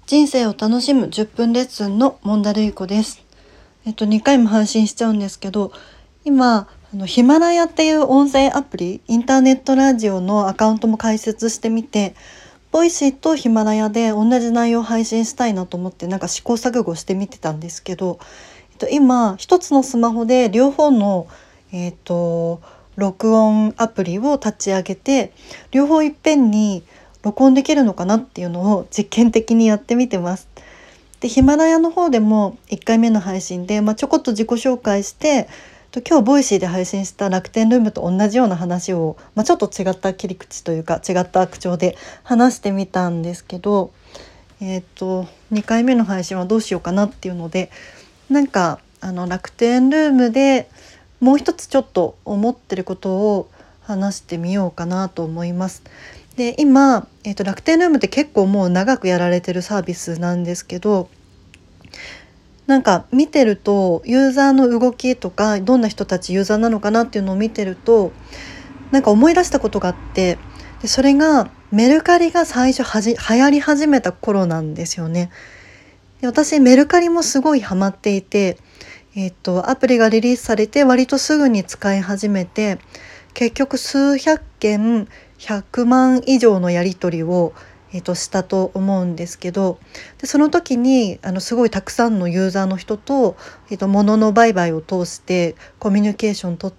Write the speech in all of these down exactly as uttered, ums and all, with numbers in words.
人生を楽しむじゅっぷんレッスンのモンダルイコです。えっとにかいも配信しちゃうんですけど、今あのヒマラヤっていう音声アプリ、インターネットラジオのアカウントも開設してみて、ボイシーとヒマラヤで同じ内容を配信したいなと思ってなんか試行錯誤してみてたんですけど、えっと、今一つのスマホで両方のえっと録音アプリを立ち上げて、両方いっぺんに録音できるのかなっていうのを実験的にやってみてます。でヒマラヤの方でもいっかいめの配信で、まあ、ちょこっと自己紹介して、と今日ボイシーで配信した楽天ルームと同じような話を、まあ、ちょっと違った切り口というか違った口調で話してみたんですけど、えー、とにかいめの配信はどうしようかなっていうので、なんかあの楽天ルームでもう一つちょっと思ってることを話してみようかなと思います。で今、えー、と楽天ルームって結構もう長くやられてるサービスなんですけど、なんか見てるとユーザーの動きとかどんな人たちユーザーなのかなっていうのを見てると、なんか思い出したことがあって、でそれがメルカリが最初はじ流行り始めた頃なんですよね。で私メルカリもすごいハマっていて、えー、とアプリがリリースされて割とすぐに使い始めて、結局数百件ひゃくまん以上のやり取りを、えー、としたと思うんですけど、でその時にあのすごいたくさんのユーザーの人と、えー、と物の売買を通してコミュニケーション取って、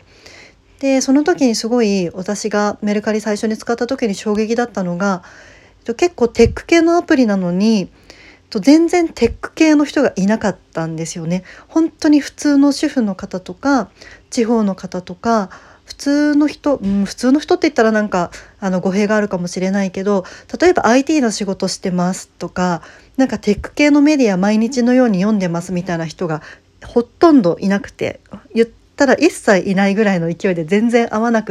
でその時にすごい私がメルカリ最初に使った時に衝撃だったのが、えー、と結構テック系のアプリなのにと全然テック系の人がいなかったんですよね。本当に普通の主婦の方とか地方の方とか普通の人、うん、普通の人って言ったらなんかあの語弊があるかもしれないけど、例えば アイティー の仕事してますとか、なんかテック系のメディア毎日のように読んでますみたいな人がほとんどいなくて、言ったら一切いないぐらいの勢いで全然合わなくって、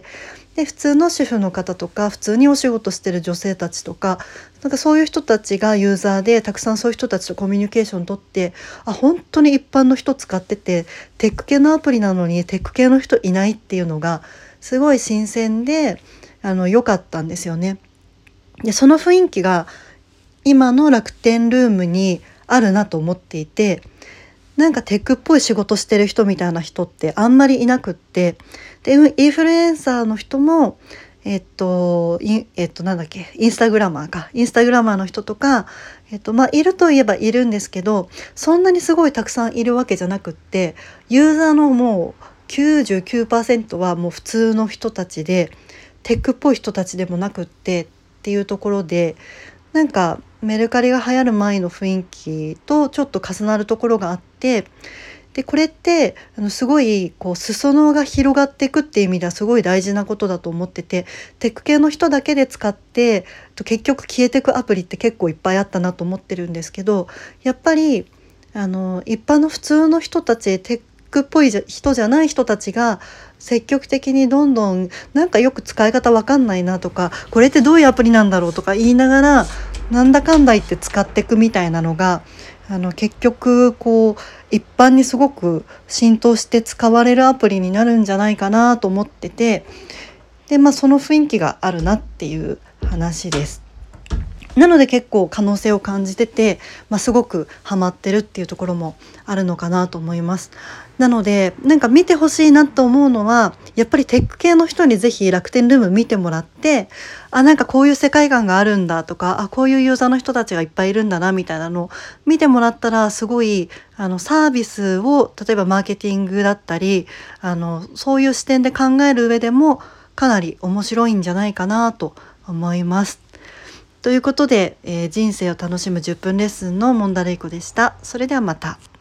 で普通の主婦の方とか普通にお仕事してる女性たちとか、なんかそういう人たちがユーザーでたくさんそういう人たちとコミュニケーション取って、あ本当に一般の人使っててテック系のアプリなのにテック系の人いないっていうのがすごい新鮮であの良かったんですよね。でその雰囲気が今の楽天ルームにあるなと思っていて、なんかテックっぽい仕事してる人みたいな人ってあんまりいなくって、でインフルエンサーの人もえっとイえっとなんだっけインスタグラマーかインスタグラマーの人とか、えっとまあいるといえばいるんですけど、そんなにすごいたくさんいるわけじゃなくって、ユーザーのもう きゅうじゅうきゅうパーセント はもう普通の人たちで、テックっぽい人たちでもなくってっていうところで、なんかメルカリが流行る前の雰囲気とちょっと重なるところがあって、でこれってあのすごいこう裾野が広がっていくっていう意味ではすごい大事なことだと思ってて、テック系の人だけで使ってと結局消えていくアプリって結構いっぱいあったなと思ってるんですけど、やっぱりあの一般の普通の人たち、テックっぽい人じゃない人たちが積極的にどんどんなんかよく使い方わかんないなとか、これってどういうアプリなんだろうとか言いながらなんだかんだ言って使っていくみたいなのが、あの結局こう一般にすごく浸透して使われるアプリになるんじゃないかなと思ってて、で、まあ、その雰囲気があるなっていう話です。なので結構可能性を感じてて、まあ、すごくハマってるっていうところもあるのかなと思います。なのでなんか見てほしいなと思うのは、やっぱりテック系の人にぜひ楽天ルーム見てもらって、あなんかこういう世界観があるんだとか、あこういうユーザーの人たちがいっぱいいるんだなみたいなのを見てもらったら、すごいあのサービスを例えばマーケティングだったり、あのそういう視点で考える上でもかなり面白いんじゃないかなと思います。ということで、えー人生を楽しむじゅっぷんレッスンのモンダレイコでした。それではまた。